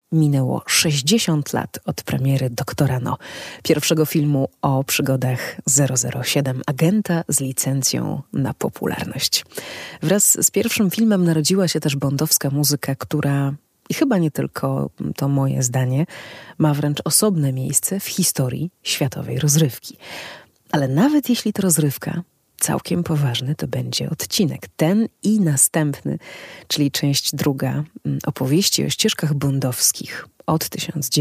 minęło 60 lat od premiery Doktora No, pierwszego filmu o przygodach 007, agenta z licencją na popularność. Wraz z pierwszym filmem narodziła się też bondowska muzyka, która, i chyba nie tylko to moje zdanie, ma wręcz osobne miejsce w historii światowej rozrywki. Ale nawet jeśli to rozrywka, całkiem poważny to będzie odcinek. Ten i następny, czyli część druga opowieści o ścieżkach bondowskich od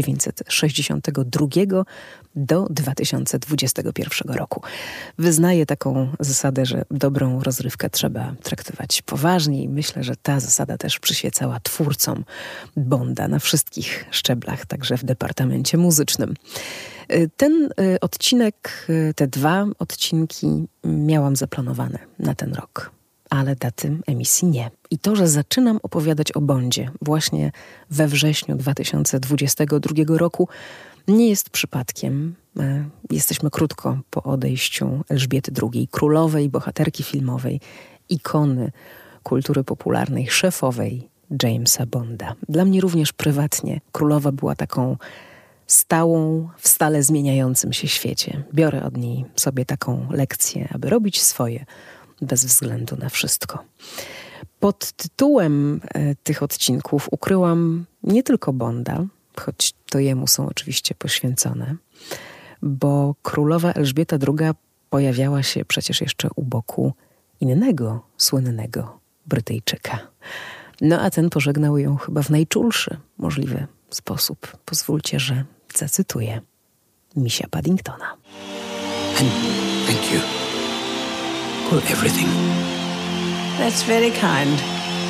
1962 do 2021 roku. Wyznaję taką zasadę, że dobrą rozrywkę trzeba traktować poważnie i myślę, że ta zasada też przyświecała twórcom Bonda na wszystkich szczeblach, także w departamencie muzycznym. Ten odcinek, te 2 odcinki miałam zaplanowane na ten rok, ale daty emisji nie. I to, że zaczynam opowiadać o Bondzie właśnie we wrześniu 2022 roku, nie jest przypadkiem. Jesteśmy krótko po odejściu Elżbiety II, królowej, bohaterki filmowej, ikony kultury popularnej, szefowej Jamesa Bonda. Dla mnie również prywatnie królowa była taką stałą, w stale zmieniającym się świecie. Biorę od niej sobie taką lekcję, aby robić swoje, bez względu na wszystko. Pod tytułem tych odcinków ukryłam nie tylko Bonda, choć to jemu są oczywiście poświęcone, bo królowa Elżbieta II pojawiała się przecież jeszcze u boku innego słynnego Brytyjczyka. No a ten pożegnał ją chyba w najczulszy możliwy sposób. Pozwólcie, że zacytuję Misia Paddingtona. And thank you for everything. That's very kind.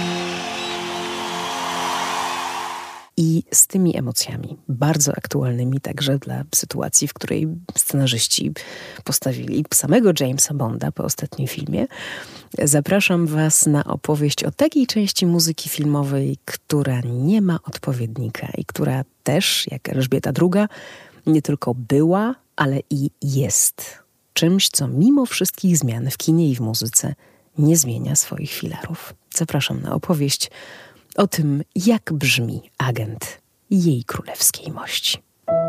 I z tymi emocjami, bardzo aktualnymi także dla sytuacji, w której scenarzyści postawili samego Jamesa Bonda po ostatnim filmie, zapraszam Was na opowieść o takiej części muzyki filmowej, która nie ma odpowiednika i która też, jak Elżbieta II, nie tylko była, ale i jest czymś, co mimo wszystkich zmian w kinie i w muzyce nie zmienia swoich filarów. Zapraszam na opowieść o tym, jak brzmi agent jej królewskiej mości.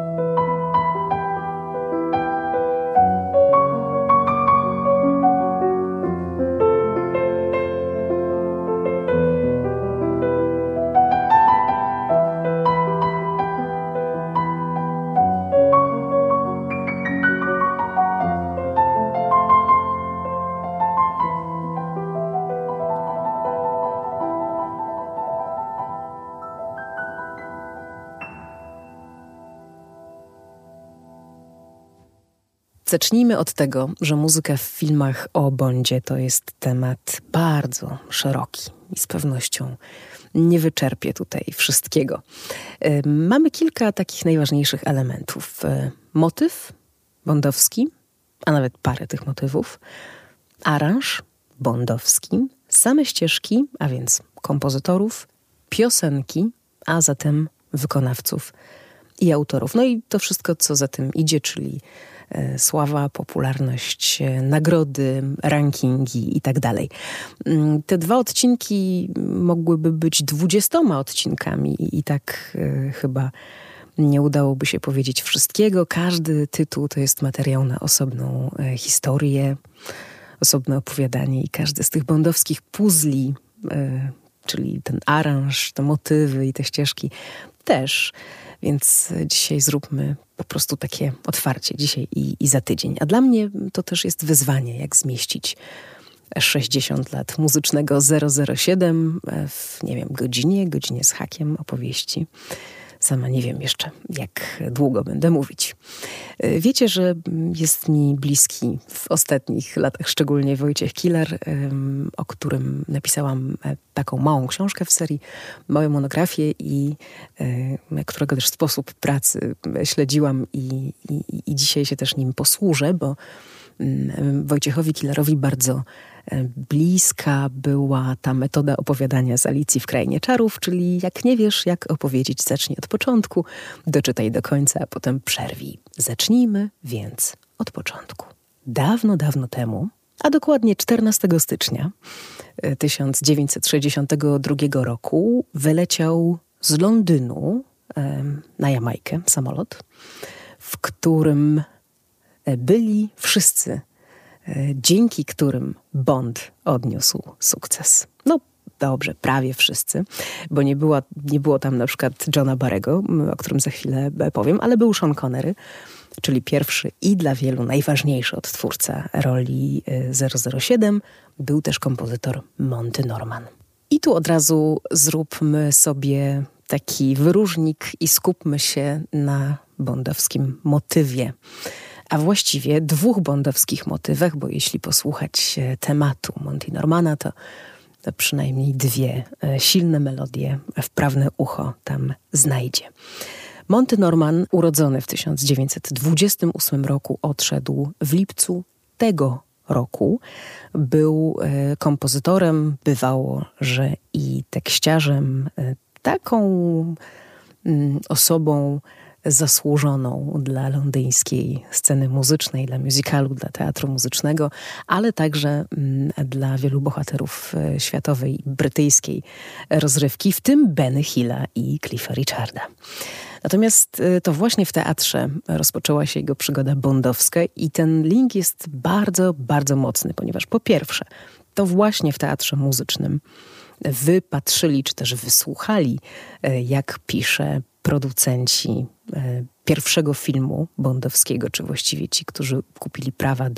Zacznijmy od tego, że muzyka w filmach o Bondzie to jest temat bardzo szeroki i z pewnością nie wyczerpię tutaj wszystkiego. Mamy kilka takich najważniejszych elementów. Motyw bondowski, a nawet parę tych motywów, aranż bondowski, same ścieżki, a więc kompozytorów, piosenki, a zatem wykonawców i autorów. No i to wszystko, co za tym idzie, czyli sława, popularność, nagrody, rankingi i tak dalej. Te 2 odcinki mogłyby być 20 odcinkami i tak chyba nie udałoby się powiedzieć wszystkiego. Każdy tytuł to jest materiał na osobną historię, osobne opowiadanie i każdy z tych bondowskich puzli, czyli ten aranż, te motywy i te ścieżki też. Więc dzisiaj zróbmy po prostu takie otwarcie, dzisiaj i za tydzień. A dla mnie to też jest wyzwanie, jak zmieścić 60 lat muzycznego 007 w, nie wiem, godzinie z hakiem opowieści. Sama nie wiem jeszcze, jak długo będę mówić. Wiecie, że jest mi bliski w ostatnich latach, szczególnie Wojciech Kilar, o którym napisałam taką małą książkę w serii, małą monografię i którego też sposób pracy śledziłam i dzisiaj się też nim posłużę, bo Wojciechowi Kilarowi bardzo bliska była ta metoda opowiadania z Alicji w Krainie Czarów, czyli jak nie wiesz, jak opowiedzieć, zacznij od początku, doczytaj do końca, a potem przerwij. Zacznijmy więc od początku. Dawno, dawno temu, a dokładnie 14 stycznia 1962 roku wyleciał z Londynu na Jamajkę, samolot, w którym byli wszyscy, dzięki którym Bond odniósł sukces. No dobrze, prawie wszyscy, bo nie było tam na przykład Johna Barrego, o którym za chwilę powiem, ale był Sean Connery, czyli pierwszy i dla wielu najważniejszy odtwórca roli 007. Był też kompozytor Monty Norman. I tu od razu zróbmy sobie taki wyróżnik i skupmy się na bondowskim motywie. A właściwie dwóch bondowskich motywach, bo jeśli posłuchać tematu Monty Normana, to przynajmniej dwie silne melodie wprawne ucho tam znajdzie. Monty Norman, urodzony w 1928 roku, odszedł w lipcu tego roku. Był kompozytorem, bywało, że i tekściarzem, taką osobą zasłużoną dla londyńskiej sceny muzycznej, dla musicalu, dla teatru muzycznego, ale także dla wielu bohaterów światowej i brytyjskiej rozrywki, w tym Benny Hilla i Cliffa Richarda. Natomiast to właśnie w teatrze rozpoczęła się jego przygoda bondowska i ten link jest bardzo, bardzo mocny, ponieważ po pierwsze, to właśnie w teatrze muzycznym wypatrzyli, czy też wysłuchali, jak pisze producenci pierwszego filmu bondowskiego, czy właściwie ci, którzy kupili prawa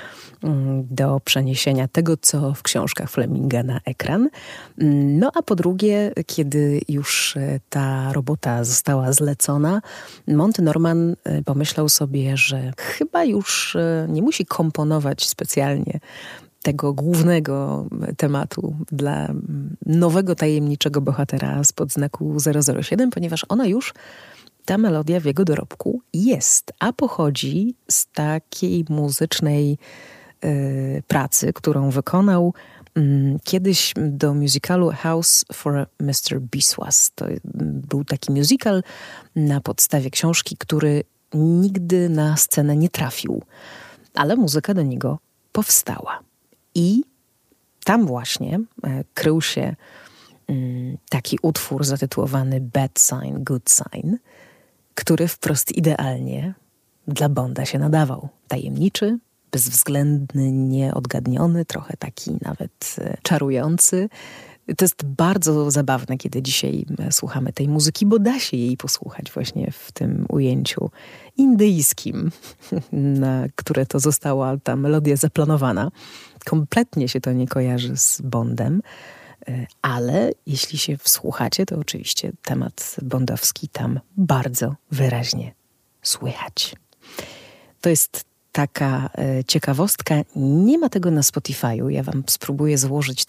do przeniesienia tego, co w książkach Fleminga na ekran. No a po drugie, kiedy już ta robota została zlecona, Monty Norman pomyślał sobie, że chyba już nie musi komponować specjalnie tego głównego tematu dla nowego, tajemniczego bohatera spod znaku 007, ponieważ ta melodia w jego dorobku jest, a pochodzi z takiej muzycznej pracy, którą wykonał kiedyś do musicalu House for Mr. Biswas. To był taki musical na podstawie książki, który nigdy na scenę nie trafił, ale muzyka do niego powstała. I tam właśnie krył się taki utwór zatytułowany Bad Sign, Good Sign, który wprost idealnie dla Bonda się nadawał. Tajemniczy, bezwzględny, nieodgadniony, trochę taki nawet czarujący. To jest bardzo zabawne, kiedy dzisiaj słuchamy tej muzyki, bo da się jej posłuchać właśnie w tym ujęciu indyjskim, na które to została ta melodia zaplanowana. Kompletnie się to nie kojarzy z Bondem, ale jeśli się wsłuchacie, to oczywiście temat bondowski tam bardzo wyraźnie słychać. To jest taka ciekawostka. Nie ma tego na Spotify'u. Ja wam spróbuję złożyć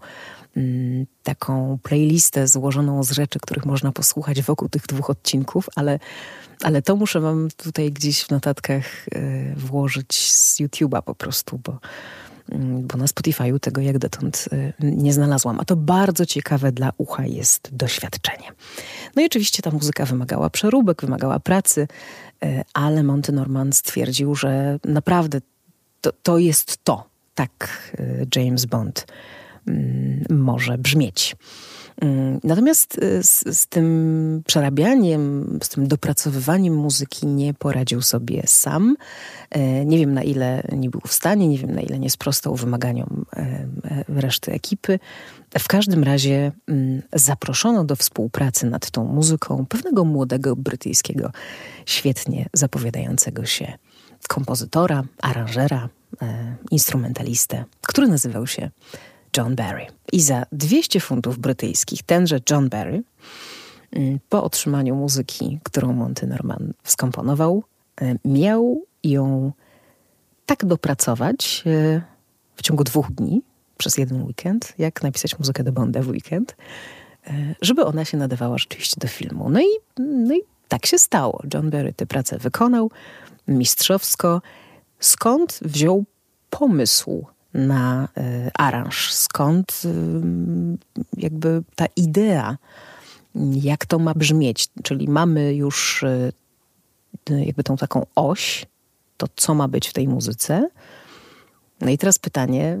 taką playlistę złożoną z rzeczy, których można posłuchać wokół tych dwóch odcinków, ale to muszę wam tutaj gdzieś w notatkach włożyć z YouTube'a po prostu, bo na Spotify'u tego jak dotąd nie znalazłam. A to bardzo ciekawe dla ucha jest doświadczenie. No i oczywiście ta muzyka wymagała przeróbek, wymagała pracy, ale Monty Norman stwierdził, że naprawdę to jest to. Tak James Bond może brzmieć. Natomiast z tym przerabianiem, z tym dopracowywaniem muzyki nie poradził sobie sam. Nie wiem, na ile nie był w stanie, nie wiem, na ile nie sprostał wymaganiom reszty ekipy. W każdym razie zaproszono do współpracy nad tą muzyką pewnego młodego brytyjskiego, świetnie zapowiadającego się kompozytora, aranżera, instrumentalistę, który nazywał się John Barry. I za 200 funtów brytyjskich tenże John Barry, po otrzymaniu muzyki, którą Monty Norman skomponował, miał ją tak dopracować w ciągu 2 dni, przez 1 weekend, jak napisać muzykę do Bonda w weekend, żeby ona się nadawała rzeczywiście do filmu. No i tak się stało. John Barry tę pracę wykonał mistrzowsko. Skąd wziął pomysł na aranż? Skąd jakby ta idea, jak to ma brzmieć? Czyli mamy już jakby tą taką oś, to co ma być w tej muzyce. No i teraz pytanie,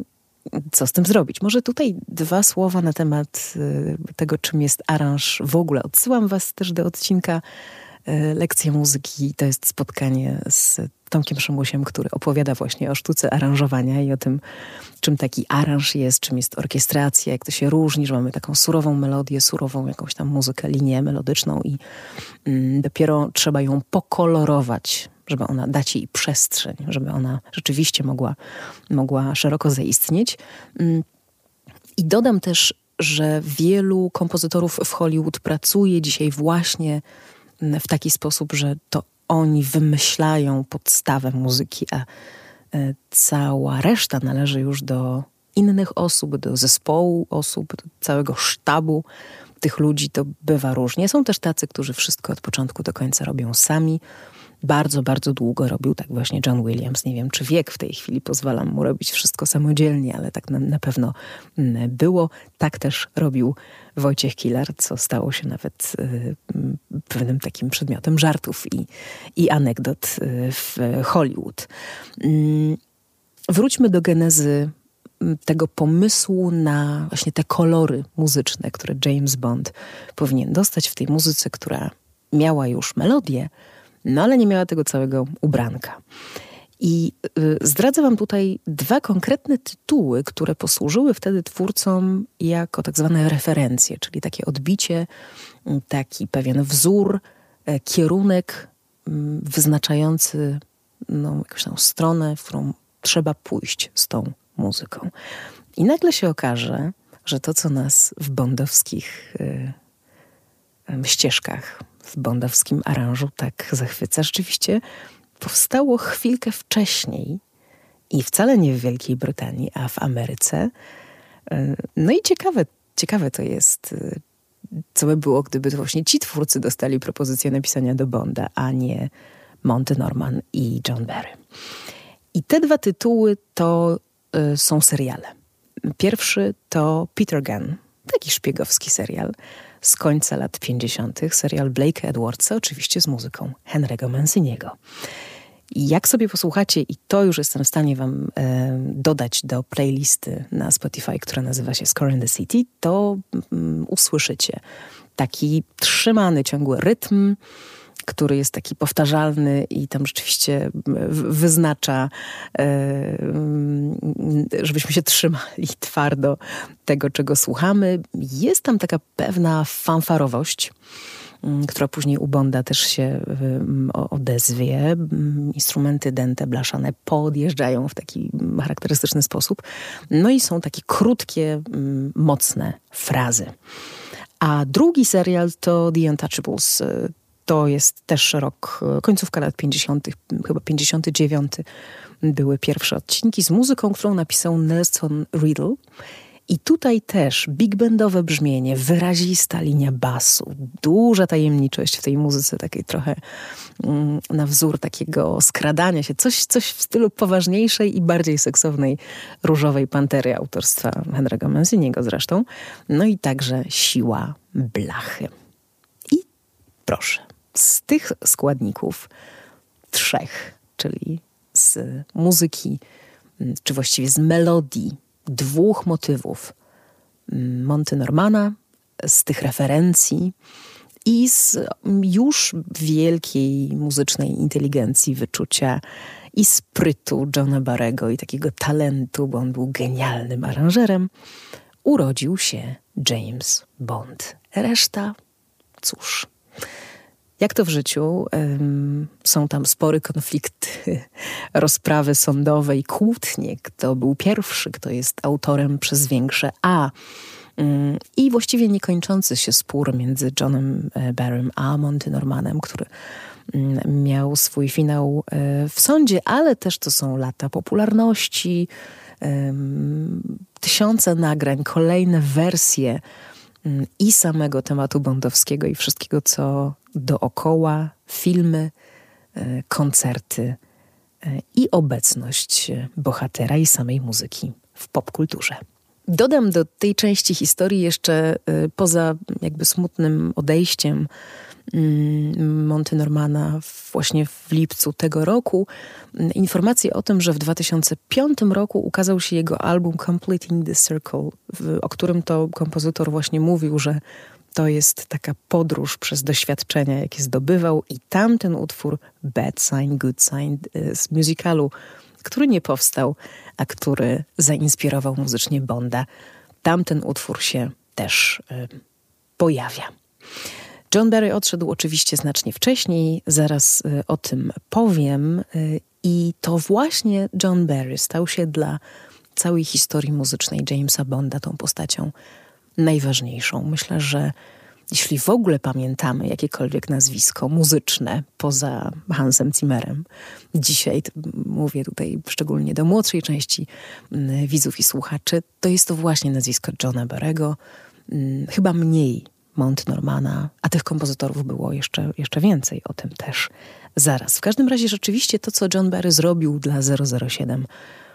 co z tym zrobić? Może tutaj 2 słowa na temat tego, czym jest aranż w ogóle. Odsyłam was też do odcinka Lekcje muzyki. To jest spotkanie z Tomkiem Szymusiem, który opowiada właśnie o sztuce aranżowania i o tym, czym taki aranż jest, czym jest orkiestracja, jak to się różni, że mamy taką surową melodię, surową jakąś tam muzykę, linię melodyczną i dopiero trzeba ją pokolorować, żeby ona dać jej przestrzeń, żeby ona rzeczywiście mogła szeroko zaistnieć. I dodam też, że wielu kompozytorów w Hollywood pracuje dzisiaj właśnie w taki sposób, że to oni wymyślają podstawę muzyki, a cała reszta należy już do innych osób, do zespołu osób, do całego sztabu tych ludzi. To bywa różnie. Są też tacy, którzy wszystko od początku do końca robią sami. Bardzo, bardzo długo robił tak właśnie John Williams. Nie wiem, czy wiek w tej chwili pozwala mu robić wszystko samodzielnie, ale tak na pewno było. Tak też robił Wojciech Kilar, co stało się nawet pewnym takim przedmiotem żartów i anegdot w Hollywood. Wróćmy do genezy tego pomysłu na właśnie te kolory muzyczne, które James Bond powinien dostać w tej muzyce, która miała już melodię, no ale nie miała tego całego ubranka. I zdradzę wam tutaj 2 konkretne tytuły, które posłużyły wtedy twórcom jako tak zwane referencje, czyli takie odbicie, taki pewien wzór, kierunek wyznaczający jakąś tam stronę, w którą trzeba pójść z tą muzyką. I nagle się okaże, że to, co nas w bondowskich ścieżkach, w bondowskim aranżu tak zachwyca, rzeczywiście powstało chwilkę wcześniej i wcale nie w Wielkiej Brytanii, a w Ameryce. No i ciekawe to jest, co by było, gdyby to właśnie ci twórcy dostali propozycję napisania do Bonda, a nie Monty Norman i John Barry. I te 2 tytuły to są seriale. Pierwszy to Peter Gunn, taki szpiegowski serial z końca lat 50. Serial Blake'a Edwardsa, oczywiście z muzyką Henry'ego Manciniego. I jak sobie posłuchacie, i to już jestem w stanie wam dodać do playlisty na Spotify, która nazywa się Score in the City, to usłyszycie taki trzymany, ciągły rytm, który jest taki powtarzalny i tam rzeczywiście wyznacza, żebyśmy się trzymali twardo tego, czego słuchamy. Jest tam taka pewna fanfarowość, która później u Bonda też się odezwie. Instrumenty dęte, blaszane podjeżdżają w taki charakterystyczny sposób. No i są takie krótkie, mocne frazy. A drugi serial to The Untouchables. To jest też końcówka lat 50., chyba 59. Były pierwsze odcinki z muzyką, którą napisał Nelson Riddle. I tutaj też big bandowe brzmienie, wyrazista linia basu, duża tajemniczość w tej muzyce, takiej trochę na wzór takiego skradania się, coś w stylu poważniejszej i bardziej seksownej Różowej Pantery autorstwa Henry'ego Manciniego zresztą. No i także siła blachy. I proszę, z tych składników 3, czyli z muzyki, czy właściwie z melodii 2 motywów Monty Normana, z tych referencji i z już wielkiej muzycznej inteligencji, wyczucia i sprytu Johna Barrego i takiego talentu, bo on był genialnym aranżerem, urodził się James Bond. Reszta, cóż, jak to w życiu, są tam spory, konflikty, rozprawy sądowe i kłótnie, kto był pierwszy, kto jest autorem przez większe A. I właściwie niekończący się spór między Johnem Barrym a Monty Normanem, który miał swój finał w sądzie, ale też to są lata popularności, tysiące nagrań, kolejne wersje i samego tematu bondowskiego i wszystkiego, co dookoła, filmy, koncerty i obecność bohatera i samej muzyki w popkulturze. Dodam do tej części historii jeszcze, poza jakby smutnym odejściem Monty Normana właśnie w lipcu tego roku informację o tym, że w 2005 roku ukazał się jego album Completing the Circle, o którym to kompozytor właśnie mówił, że to jest taka podróż przez doświadczenia, jakie zdobywał, i tamten utwór Bad Sign, Good Sign z musicalu, który nie powstał, a który zainspirował muzycznie Bonda, tamten utwór się też pojawia. John Barry odszedł oczywiście znacznie wcześniej, zaraz o tym powiem, i to właśnie John Barry stał się dla całej historii muzycznej Jamesa Bonda tą postacią najważniejszą. Myślę, że jeśli w ogóle pamiętamy jakiekolwiek nazwisko muzyczne poza Hansem Zimmerem, dzisiaj mówię tutaj szczególnie do młodszej części widzów i słuchaczy, to jest to właśnie nazwisko Johna Barry'ego, chyba mniej Monty Normana, a tych kompozytorów było jeszcze więcej, o tym też zaraz. W każdym razie rzeczywiście to, co John Barry zrobił dla 007,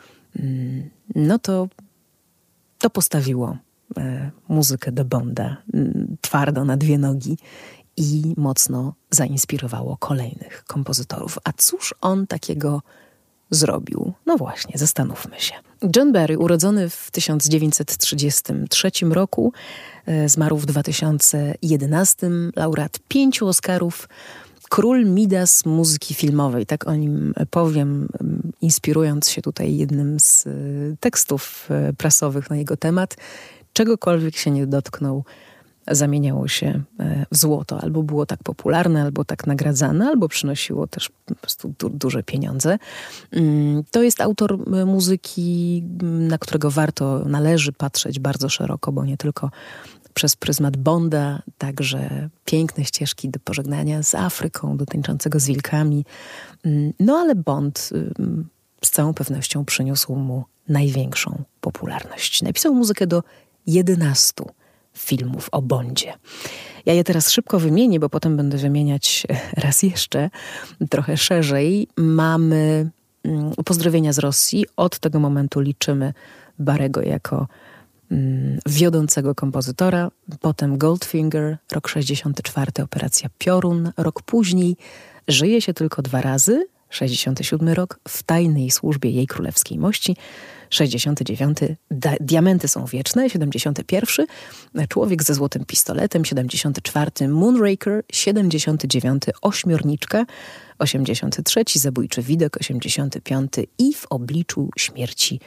no to postawiło muzykę do Bonda twardo na dwie nogi i mocno zainspirowało kolejnych kompozytorów. A cóż on takiego zrobił? No właśnie, zastanówmy się. John Barry, urodzony w 1933 roku, zmarł w 2011, laureat 5 Oscarów, król Midas muzyki filmowej, tak o nim powiem, inspirując się tutaj jednym z tekstów prasowych na jego temat. Czegokolwiek się nie dotknął, zamieniało się w złoto. Albo było tak popularne, albo tak nagradzane, albo przynosiło też po prostu duże pieniądze. To jest autor muzyki, na którego należy patrzeć bardzo szeroko, bo nie tylko przez pryzmat Bonda, także piękne ścieżki do Pożegnania z Afryką, do Tańczącego z wilkami. No ale Bond z całą pewnością przyniósł mu największą popularność. Napisał muzykę do 11 filmów o Bondzie. Ja je teraz szybko wymienię, bo potem będę wymieniać raz jeszcze, trochę szerzej. Mamy pozdrowienia z Rosji. Od tego momentu liczymy Barry'ego jako wiodącego kompozytora. Potem Goldfinger, rok 64, Operacja Piorun. Rok później Żyje się tylko 2 razy, 67 rok, W tajnej służbie Jej Królewskiej Mości, 69, Diamenty są wieczne, 71, Człowiek ze złotym pistoletem, 74, Moonraker, 79, Ośmiorniczka, 83, Zabójczy widok, 85 i W obliczu śmierci,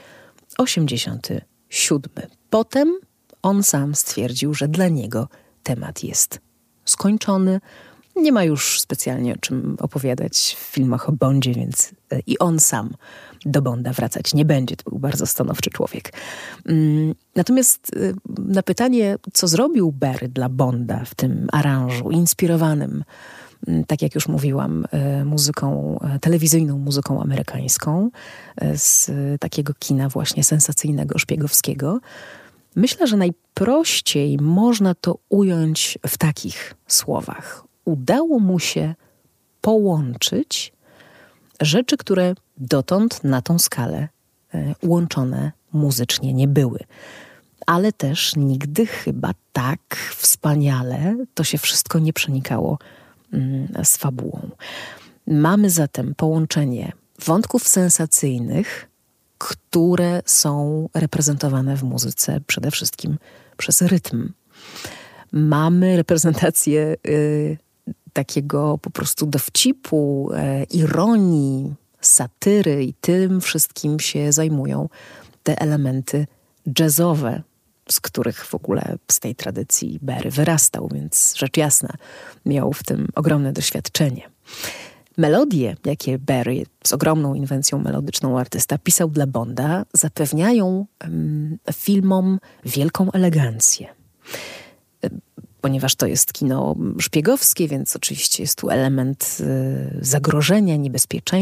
87. Potem on sam stwierdził, że dla niego temat jest skończony. Nie ma już specjalnie o czym opowiadać w filmach o Bondzie, więc i on sam do Bonda wracać nie będzie. To był bardzo stanowczy człowiek. Natomiast na pytanie, co zrobił Barry dla Bonda w tym aranżu inspirowanym, tak jak już mówiłam, muzyką telewizyjną, muzyką amerykańską, z takiego kina właśnie sensacyjnego, szpiegowskiego, myślę, że najprościej można to ująć w takich słowach. Udało mu się połączyć rzeczy, które dotąd na tą skalę łączone muzycznie nie były. Ale też nigdy chyba tak wspaniale to się wszystko nie przenikało z fabułą. Mamy zatem połączenie wątków sensacyjnych, które są reprezentowane w muzyce przede wszystkim przez rytm. Mamy reprezentację takiego po prostu dowcipu, ironii, satyry i tym wszystkim się zajmują te elementy jazzowe, z których w ogóle z tej tradycji Barry wyrastał, więc rzecz jasna miał w tym ogromne doświadczenie. Melodie, jakie Barry z ogromną inwencją melodyczną artysta pisał dla Bonda, zapewniają filmom wielką elegancję. Ponieważ to jest kino szpiegowskie, więc oczywiście jest tu element zagrożenia,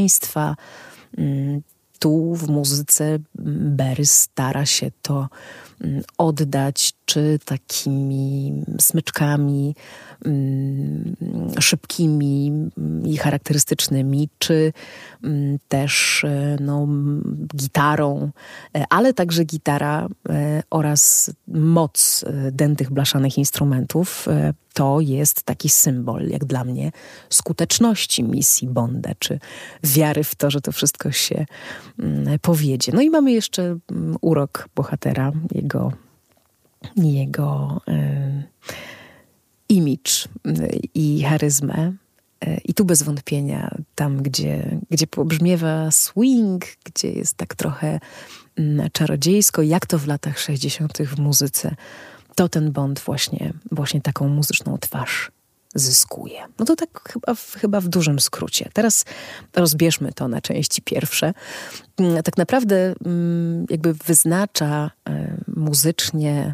niebezpieczeństwa. Tu w muzyce Barry stara się to oddać, czy takimi smyczkami szybkimi i charakterystycznymi, czy też gitarą, ale także gitara oraz moc dętych, blaszanych instrumentów to jest taki symbol, jak dla mnie, skuteczności misji Bonda, czy wiary w to, że to wszystko się powiedzie. No i mamy jeszcze urok bohatera, jego imidż i charyzmę. I tu bez wątpienia, tam gdzie pobrzmiewa swing, gdzie jest tak trochę czarodziejsko, jak to w latach 60. w muzyce, to ten Bond właśnie taką muzyczną twarz zyskuje. No to tak chyba w dużym skrócie. Teraz rozbierzmy to na części pierwsze. Tak naprawdę jakby wyznacza muzycznie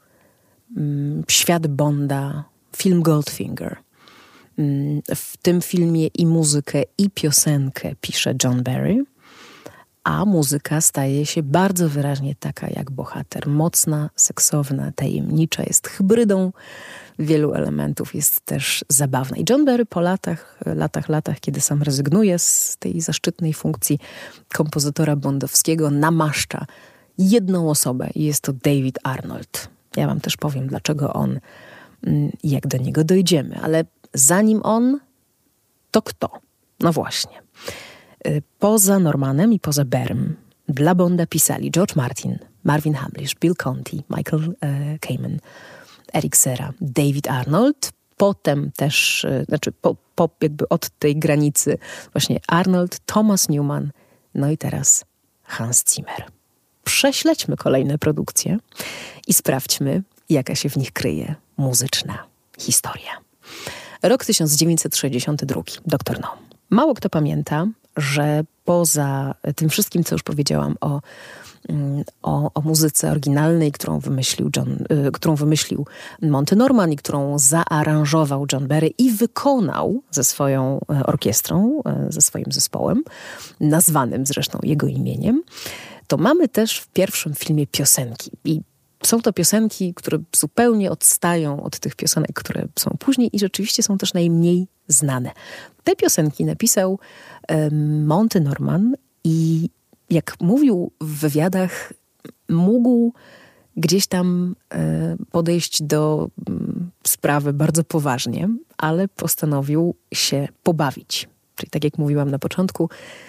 świat Bonda film Goldfinger. W tym filmie i muzykę, i piosenkę pisze John Barry, a muzyka staje się bardzo wyraźnie taka jak bohater. Mocna, seksowna, tajemnicza, jest hybrydą wielu elementów, jest też zabawna. I John Barry po latach, kiedy sam rezygnuje z tej zaszczytnej funkcji kompozytora bondowskiego, namaszcza jedną osobę i jest to David Arnold. Ja wam też powiem, dlaczego on, jak do niego dojdziemy. Ale zanim on, to kto? No właśnie. Poza Normanem i poza Barrym dla Bonda pisali George Martin, Marvin Hamlisch, Bill Conti, Michael Kamen, Eric Serra, David Arnold. Potem też, jakby od tej granicy właśnie Arnold, Thomas Newman, no i teraz Hans Zimmer. Prześledźmy kolejne produkcje i sprawdźmy, jaka się w nich kryje muzyczna historia. Rok 1962, Dr. No. Mało kto pamięta, że poza tym wszystkim, co już powiedziałam o muzyce oryginalnej, którą wymyślił Monty Norman i którą zaaranżował John Barry i wykonał ze swoją orkiestrą, ze swoim zespołem, nazwanym zresztą jego imieniem, to mamy też w pierwszym filmie piosenki. I są to piosenki, które zupełnie odstają od tych piosenek, które są później i rzeczywiście są też najmniej znane. Te piosenki napisał Monty Norman i jak mówił w wywiadach, mógł gdzieś tam podejść do sprawy bardzo poważnie, ale postanowił się pobawić. Czyli tak jak mówiłam na początku,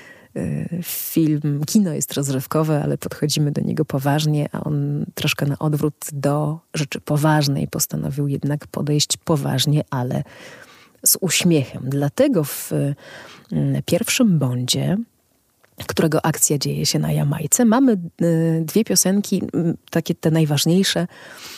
kino jest rozrywkowe, ale podchodzimy do niego poważnie, a on troszkę na odwrót do rzeczy poważnej postanowił jednak podejść poważnie, ale z uśmiechem. Dlatego w pierwszym Bondzie, którego akcja dzieje się na Jamajce, mamy dwie piosenki, takie te najważniejsze,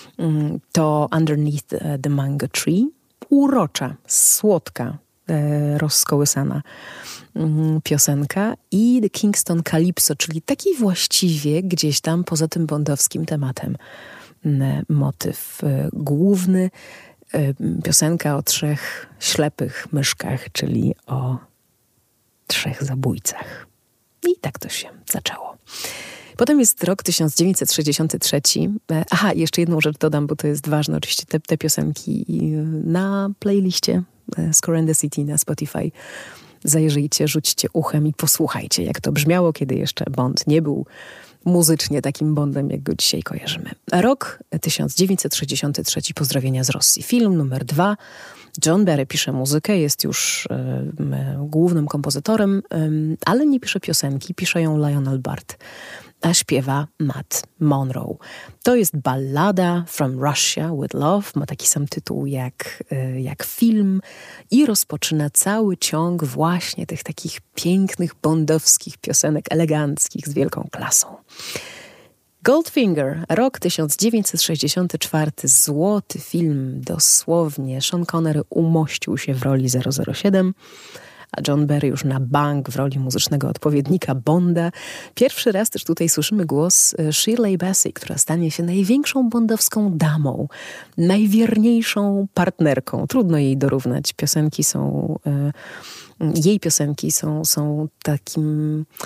to Underneath the Mango Tree, urocza, słodka, rozkołysana piosenka, i The Kingston Calypso, czyli taki właściwie gdzieś tam poza tym bondowskim tematem motyw główny. Piosenka o 3 ślepych myszkach, czyli o 3 zabójcach. I tak to się zaczęło. Potem jest rok 1963. Aha, jeszcze jedną rzecz dodam, bo to jest ważne. Oczywiście te piosenki na playliście Score and the City na Spotify. Zajrzyjcie, rzućcie uchem i posłuchajcie, jak to brzmiało, kiedy jeszcze Bond nie był muzycznie takim Bondem, jak go dzisiaj kojarzymy. Rok 1963. Pozdrowienia z Rosji. Film numer 2. John Barry pisze muzykę, jest już głównym kompozytorem, ale nie pisze piosenki, pisze ją Lionel Bart, a śpiewa Matt Monro. To jest ballada From Russia with Love, ma taki sam tytuł jak film i rozpoczyna cały ciąg właśnie tych takich pięknych bondowskich piosenek, eleganckich, z wielką klasą. Goldfinger, rok 1964, złoty film, dosłownie. Sean Connery umościł się w roli 007, a John Barry już na bank w roli muzycznego odpowiednika Bonda. Pierwszy raz też tutaj słyszymy głos Shirley Bassey, która stanie się największą bondowską damą, najwierniejszą partnerką. Trudno jej dorównać. Jej piosenki są takim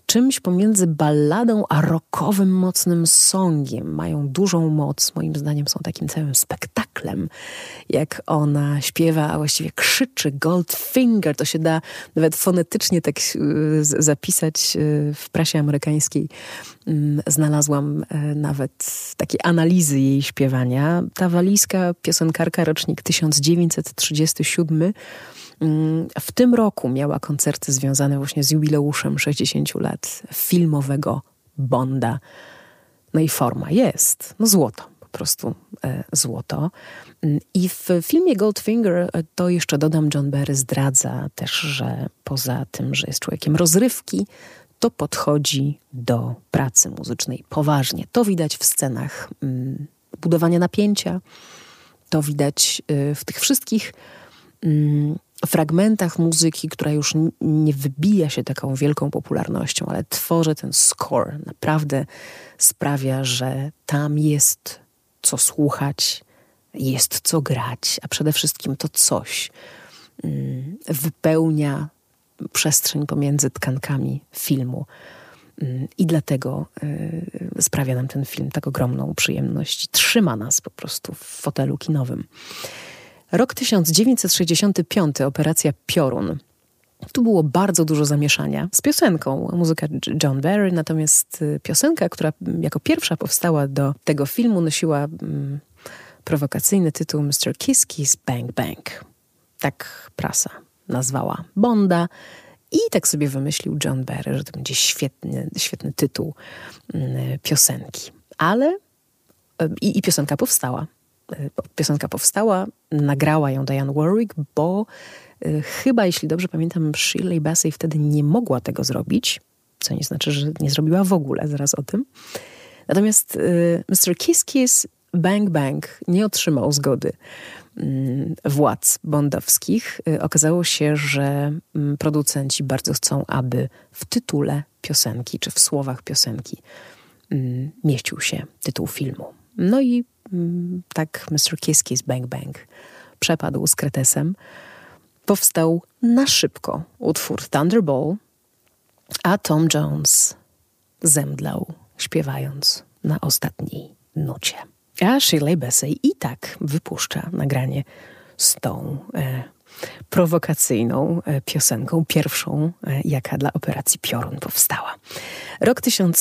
czymś pomiędzy balladą a rockowym, mocnym songiem. Mają dużą moc, moim zdaniem są takim całym spektaklem, jak ona śpiewa, a właściwie krzyczy Goldfinger. To się da nawet fonetycznie tak zapisać w prasie amerykańskiej. Znalazłam nawet takie analizy jej śpiewania. Ta walijska piosenkarka, rocznik 1937, w tym roku miała koncerty związane właśnie z jubileuszem 60 lat filmowego Bonda. No i forma jest, złoto, po prostu złoto. I w filmie Goldfinger, to jeszcze dodam, John Barry zdradza też, że poza tym, że jest człowiekiem rozrywki, to podchodzi do pracy muzycznej poważnie. To widać w scenach budowania napięcia, to widać w tych wszystkich fragmentach muzyki, która już nie wybija się taką wielką popularnością, ale tworzy ten score. Naprawdę sprawia, że tam jest co słuchać, jest co grać, a przede wszystkim to coś wypełnia przestrzeń pomiędzy tkankami filmu. I dlatego sprawia nam ten film tak ogromną przyjemność. Trzyma nas po prostu w fotelu kinowym. Rok 1965, operacja Piorun. Tu było bardzo dużo zamieszania z piosenką, muzyka John Barry, natomiast piosenka, która jako pierwsza powstała do tego filmu, nosiła prowokacyjny tytuł Mr. Kiss Kiss Bang Bang. Tak prasa nazwała Bonda i tak sobie wymyślił John Barry, że to będzie świetny tytuł piosenki. Ale i piosenka powstała. Nagrała ją Dionne Warwick, bo chyba, jeśli dobrze pamiętam, Shirley Bassey wtedy nie mogła tego zrobić, co nie znaczy, że nie zrobiła w ogóle, zaraz o tym. Natomiast Mr. Kiss Kiss Bang Bang nie otrzymał zgody władz bondowskich. Okazało się, że producenci bardzo chcą, aby w tytule piosenki, czy w słowach piosenki mieścił się tytuł filmu. No i tak Mr. Kiss Kiss Bang Bang przepadł z kretesem. Powstał na szybko utwór Thunderball, a Tom Jones zemdlał, śpiewając na ostatniej nucie. A Shirley Bassey i tak wypuszcza nagranie z tą prowokacyjną piosenką, pierwszą, jaka dla operacji Piorun powstała. Rok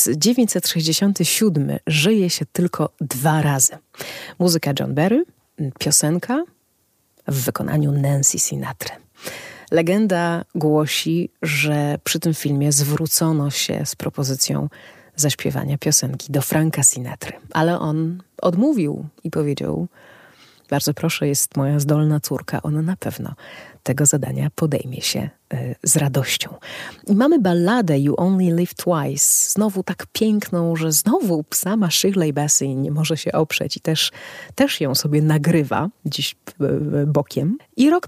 1967 żyje się tylko 2 razy. Muzyka John Barry, piosenka w wykonaniu Nancy Sinatry. Legenda głosi, że przy tym filmie zwrócono się z propozycją zaśpiewania piosenki do Franka Sinatry, ale on odmówił i powiedział: bardzo proszę, jest moja zdolna córka, ona na pewno tego zadania podejmie się z radością. I mamy balladę You Only Live Twice, znowu tak piękną, że znowu sama Shirley Bassey nie może się oprzeć i też ją sobie nagrywa gdzieś bokiem. I rok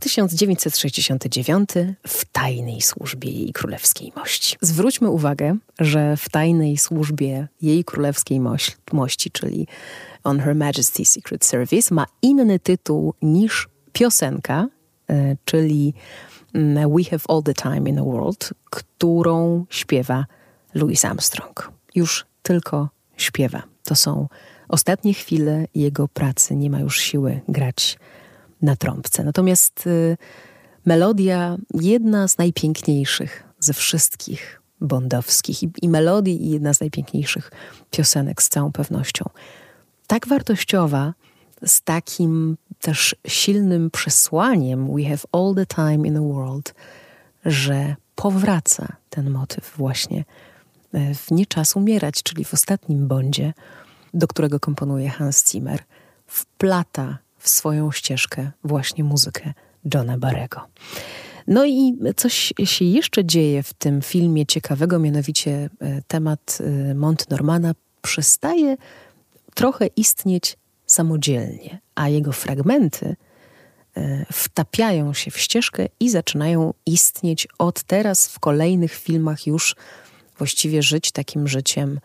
1969 w tajnej służbie jej królewskiej mości. Zwróćmy uwagę, że w tajnej służbie jej królewskiej mości, czyli On Her Majesty's Secret Service, ma inny tytuł niż piosenka, czyli We Have All the Time in the World, którą śpiewa Louis Armstrong. Już tylko śpiewa. To są ostatnie chwile jego pracy. Nie ma już siły grać na trąbce. Natomiast melodia, jedna z najpiękniejszych ze wszystkich bondowskich i melodii, i jedna z najpiękniejszych piosenek z całą pewnością. Tak wartościowa, z takim też silnym przesłaniem We have all the time in the world, że powraca ten motyw właśnie w Nie czas umierać, czyli w ostatnim Bondzie, do którego komponuje Hans Zimmer, wplata w swoją ścieżkę właśnie muzykę Johna Barry'ego. No i coś się jeszcze dzieje w tym filmie ciekawego, mianowicie temat Monty Normana przestaje trochę istnieć samodzielnie, a jego fragmenty wtapiają się w ścieżkę i zaczynają istnieć od teraz w kolejnych filmach, już właściwie żyć takim życiem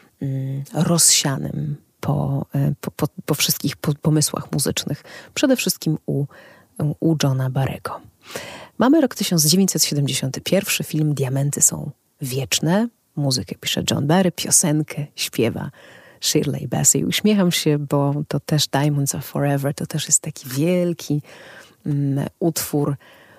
rozsianym po wszystkich pomysłach muzycznych, przede wszystkim u Johna Barry'ego. Mamy rok 1971, film Diamenty są wieczne. muzykę pisze John Barry, piosenkę śpiewa Shirley Bassey. Uśmiecham się, bo to też Diamonds Are Forever, to też jest taki wielki utwór,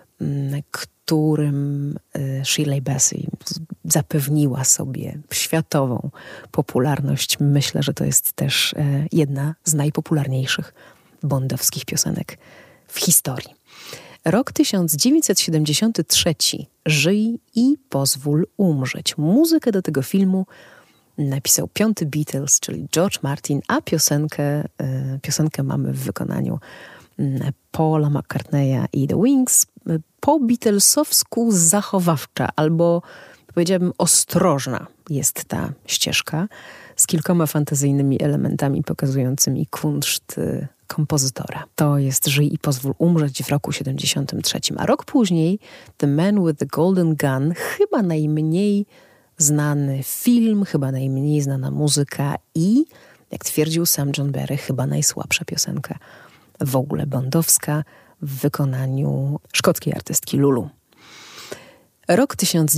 którym Shirley Bassey zapewniła sobie światową popularność. Myślę, że to jest też jedna z najpopularniejszych bondowskich piosenek w historii. Rok 1973. Żyj i pozwól umrzeć. Muzykę do tego filmu napisał piąty Beatles, czyli George Martin, a piosenkę mamy w wykonaniu Paula McCartneya i The Wings. Po beatlesowsku zachowawcza, albo powiedziałabym ostrożna jest ta ścieżka z kilkoma fantazyjnymi elementami pokazującymi kunszt kompozytora. To jest Żyj i pozwól umrzeć w roku 73. A rok później The Man with the Golden Gun, chyba najmniej znany film, chyba najmniej znana muzyka i, jak twierdził sam John Barry, chyba najsłabsza piosenka w ogóle bondowska w wykonaniu szkockiej artystki Lulu. Rok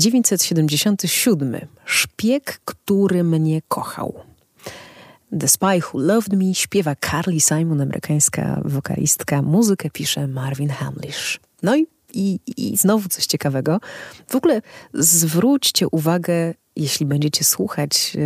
1977. Szpieg, który mnie kochał. The Spy Who Loved Me śpiewa Carly Simon, amerykańska wokalistka. Muzykę pisze Marvin Hamlisch. No i znowu coś ciekawego. W ogóle zwróćcie uwagę, jeśli będziecie słuchać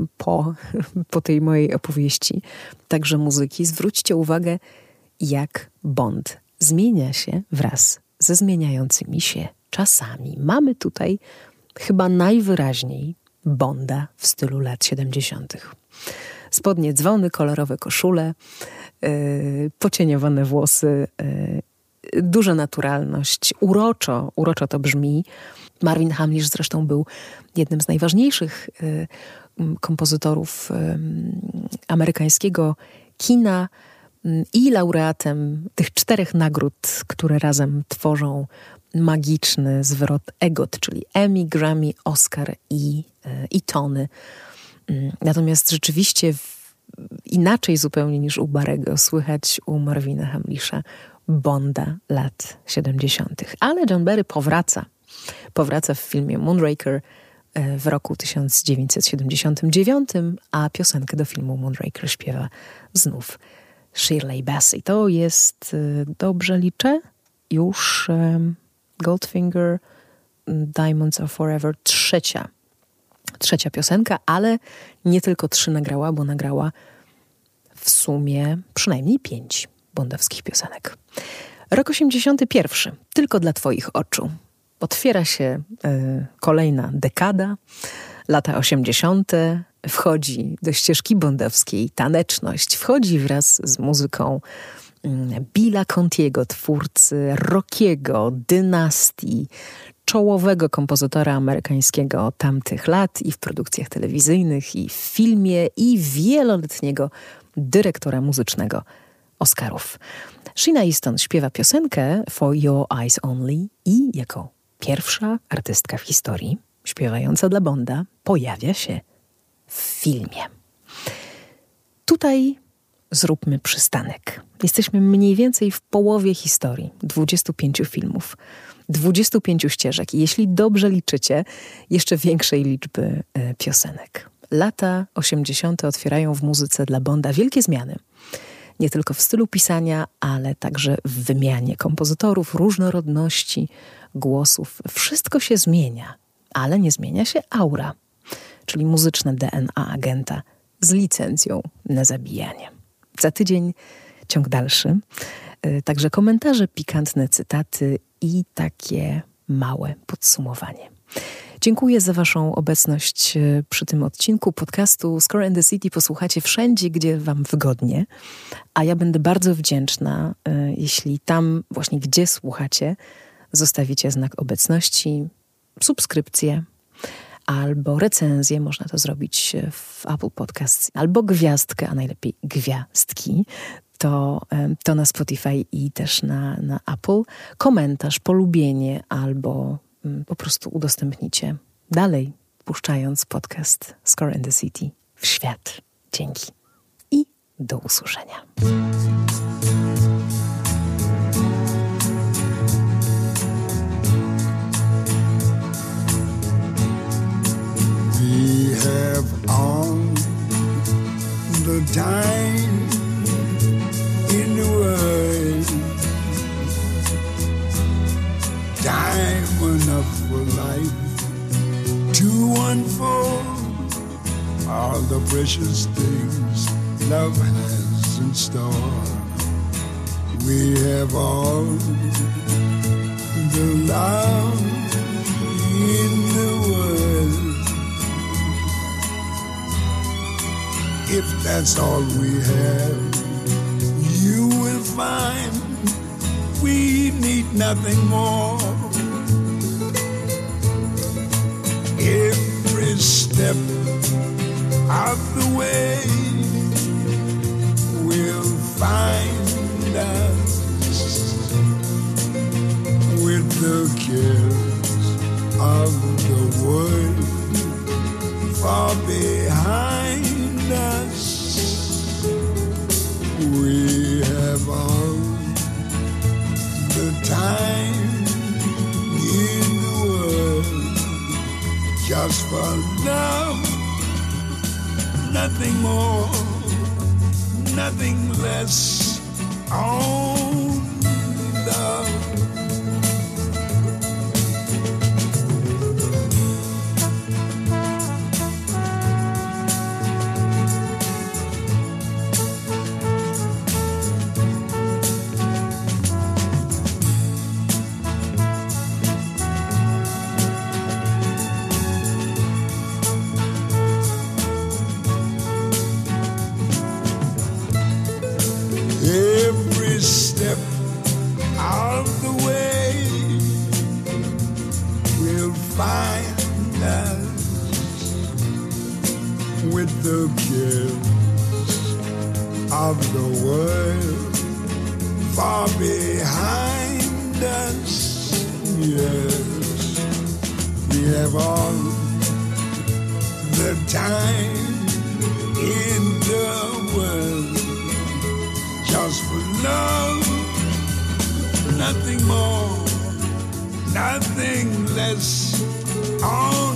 po tej mojej opowieści także muzyki, zwróćcie uwagę, jak Bond zmienia się wraz ze zmieniającymi się czasami. Mamy tutaj chyba najwyraźniej Bonda w stylu lat 70. Spodnie dzwony, kolorowe koszule, pocieniowane włosy, duża naturalność, uroczo to brzmi. Marvin Hamlisch zresztą był jednym z najważniejszych kompozytorów amerykańskiego kina i laureatem tych 4 nagród, które razem tworzą magiczny zwrot EGOT, czyli Emmy, Grammy, Oscar i Tony. Natomiast rzeczywiście inaczej zupełnie niż u Barrego słychać u Marvina Hamlischa Bonda lat 70. Ale John Barry powraca w filmie Moonraker w roku 1979, a piosenkę do filmu Moonraker śpiewa znów Shirley Bassey. To jest, dobrze liczę, już Goldfinger, Diamonds Are Forever, trzecia piosenka, ale nie tylko 3 nagrała, bo nagrała w sumie przynajmniej 5 bondowskich piosenek. Rok 81. Tylko dla twoich oczu. Otwiera się kolejna dekada, lata 80. Wchodzi do ścieżki bondowskiej taneczność. Wchodzi wraz z muzyką Billa Contiego, twórcy Rockiego, Dynastii, czołowego kompozytora amerykańskiego tamtych lat i w produkcjach telewizyjnych, i w filmie, i wieloletniego dyrektora muzycznego Oscarów. Sheena Easton śpiewa piosenkę For Your Eyes Only i jako pierwsza artystka w historii śpiewająca dla Bonda pojawia się w filmie. Tutaj zróbmy przystanek. Jesteśmy mniej więcej w połowie historii 25 filmów, 25 ścieżek i jeśli dobrze liczycie, jeszcze większej liczby piosenek. Lata 80. otwierają w muzyce dla Bonda wielkie zmiany. Nie tylko w stylu pisania, ale także w wymianie kompozytorów, różnorodności głosów. Wszystko się zmienia, ale nie zmienia się aura, czyli muzyczne DNA agenta z licencją na zabijanie. Za tydzień ciąg dalszy, także komentarze, pikantne cytaty i takie małe podsumowanie. Dziękuję za waszą obecność przy tym odcinku podcastu Score and the City. Posłuchacie wszędzie, gdzie wam wygodnie, a ja będę bardzo wdzięczna, jeśli tam właśnie, gdzie słuchacie, zostawicie znak obecności, subskrypcję albo recenzję, można to zrobić w Apple Podcasts, albo gwiazdkę, a najlepiej gwiazdki, to na Spotify i też na Apple. Komentarz, polubienie albo po prostu udostępnicie dalej, puszczając podcast Score and the City w świat. Dzięki i do usłyszenia. time in the world, time enough for life to unfold all the precious things love has in store. We have all the love in the world. If that's all we have, you will find we need nothing more. Every step of the way will find us with the cares of the world far behind us. We have all the time in the world just for love, nothing more, nothing less, only love. Every step of the way will find us with the cares of the world far behind us. Yes, we have all the time in the world just for love, nothing more, nothing less.